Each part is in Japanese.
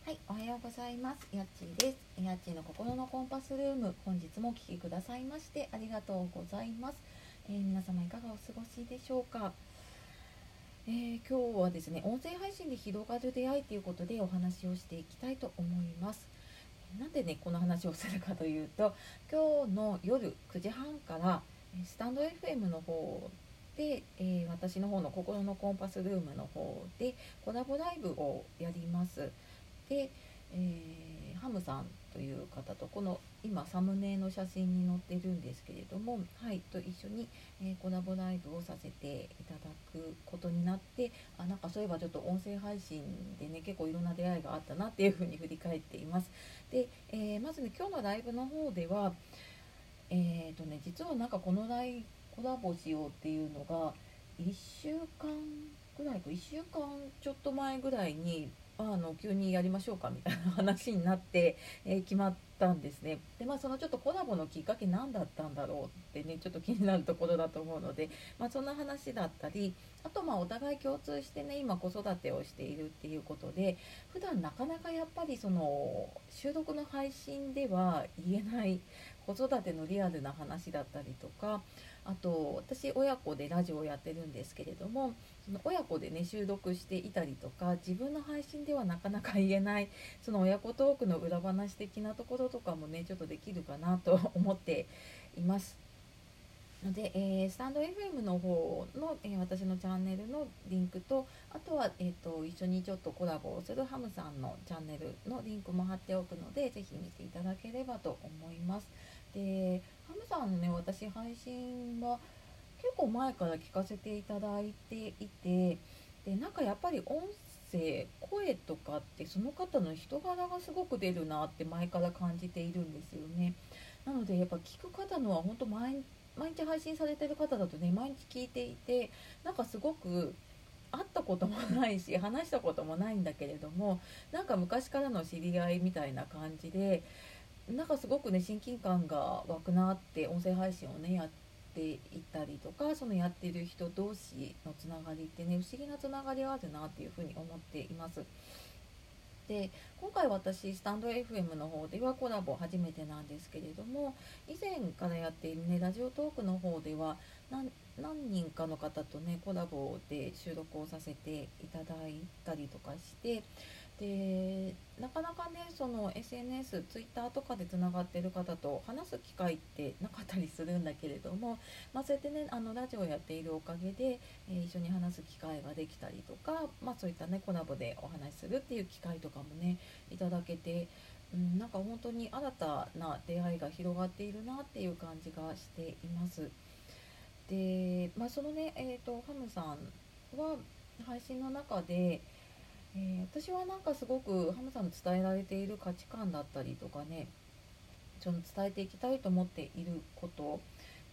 はい、おはようございます。やっちーです。やっちーの心のコンパスルーム、本日もお聞きくださいましてありがとうございます。皆様いかがお過ごしでしょうか。今日はですね、音声配信で広がる出会いということでお話をしていきたいと思います。なんでね、この話をするかというと、今日の夜9時半からスタンド FM の方で、私の方の心のコンパスルームの方でコラボライブをやります。で、ハムさんという方とこの今サムネの写真に載ってるんですけれども、はい、と一緒に、コラボライブをさせていただくことになって、なんかそういえばちょっと音声配信でね結構いろんな出会いがあったなっていうふうに振り返っています。で、まずね今日のライブの方では実はなんかこのコラボしようっていうのが1週間ぐらいか1週間ちょっと前ぐらいに急にやりましょうかみたいな話になって、決まったんですね。でそのちょっとコラボのきっかけ何だったんだろうってねちょっと気になるところだと思うので、そんな話だったり、あとお互い共通してね今子育てをしているっていうことで、普段なかなかやっぱりその収録の配信では言えない子育てのリアルな話だったりとか、あと私親子でラジオをやってるんですけれども、その親子でね収録していたりとか、自分の配信ではなかなか言えないその親子トークの裏話的なところとかもねちょっとできるかなと思っています。ので、スタンド FM の方の、私のチャンネルのリンクと、あとは、一緒にちょっとコラボをするハムさんのチャンネルのリンクも貼っておくので、ぜひ見ていただければと思います。で、ハムさんのね、私配信は結構前から聞かせていただいていて、で、なんかやっぱり音声、声とかってその方の人柄がすごく出るなって前から感じているんですよね。なのでやっぱ聞く方のは本当毎日配信されてる方だとね毎日聞いていて、なんかすごく会ったこともないし話したこともないんだけれども、なんか昔からの知り合いみたいな感じで、なんかすごくね親近感が湧くなって、音声配信をねやっていったりとか、そのやってる人同士のつながりってね不思議なつながりがあるなっていうふうに思っています。で、今回私スタンド FM の方ではコラボ初めてなんですけれども、以前からやっているねラジオトークの方では何人かの方とねコラボで収録をさせていただいたりとかして、でなかなかねその SNS、ツイッターとかでつながってる方と話す機会ってなかったりするんだけれども、そうやってねラジオをやっているおかげで、一緒に話す機会ができたりとか、そういったねコラボでお話しするっていう機会とかもねいただけて、なんか本当に新たな出会いが広がっているなっていう感じがしています。で、そのね、ハムさんは配信の中で、私はなんかすごくハムさんの伝えられている価値観だったりとかね、その伝えていきたいと思っていること、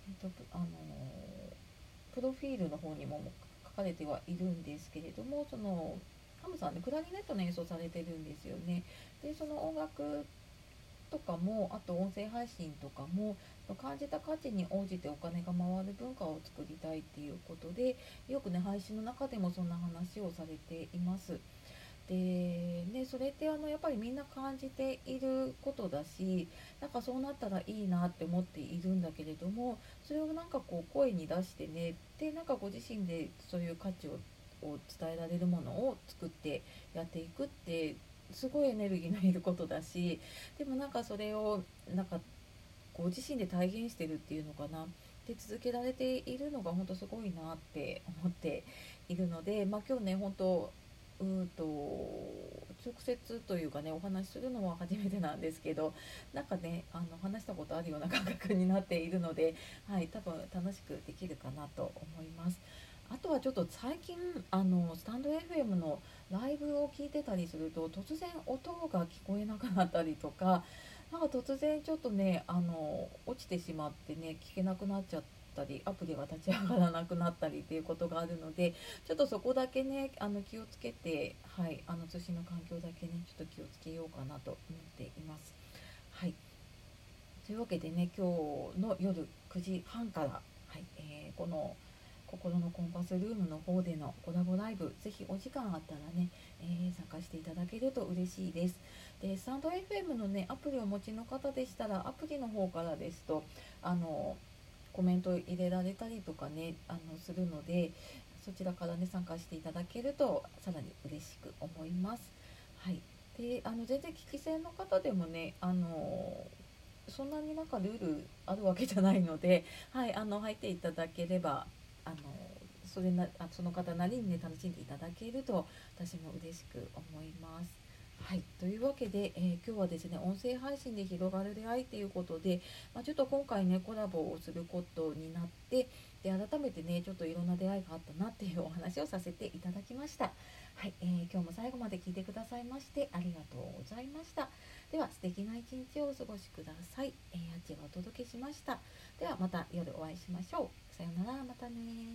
プロフィールの方にも書かれてはいるんですけれども、そのハムさんねクラリネットの演奏されてるんですよね。でその音楽とかも、あと音声配信とかも感じた価値に応じてお金が回る文化を作りたいっていうことで、よくね配信の中でもそんな話をされています。で、ね、それってやっぱりみんな感じていることだし、なんかそうなったらいいなって思っているんだけれども、それをなんかこう声に出してね、でなんかご自身でそういう価値を伝えられるものを作ってやっていくってすごいエネルギーのいることだし、でもなんかそれをなんかご自身で体現してるっていうのかな、で続けられているのが本当すごいなって思っているので、今日ね本当直接というかねお話しするのは初めてなんですけど、なんかね話したことあるような感覚になっているので、はい、多分楽しくできるかなと思います。あとはちょっと最近スタンド FM のライブを聞いてたりすると突然音が聞こえなくなったりとか、なんか突然ちょっとね落ちてしまってね聞けなくなっちゃったり、アプリが立ち上がらなくなったりっていうことがあるので、ちょっとそこだけね気をつけて、はい、通信の環境だけねちょっと気をつけようかなと思っています。はい、というわけでね今日の夜9時半から、はいこの心のコンパスルームの方でのコラボライブ、ぜひお時間あったらね、参加していただけると嬉しいです。でスタンド FM のねアプリをお持ちの方でしたら、アプリの方からですとコメント入れられたりとかねするので、そちらからね参加していただけるとさらに嬉しく思います。はい。で全然聞き戦の方でもねそんなになんかルールあるわけじゃないので、はい、入っていただければその方なりにね楽しんでいただけると私も嬉しく思います。はい、というわけで、今日はですね音声配信で広がる出会いということで、ちょっと今回ねコラボをすることになって、で改めてねちょっといろんな出会いがあったなっていうお話をさせていただきました。はい、今日も最後まで聞いてくださいましてありがとうございました。では素敵な一日をお過ごしください。あっちがお届けしました。ではまた夜お会いしましょう。さようなら、またね。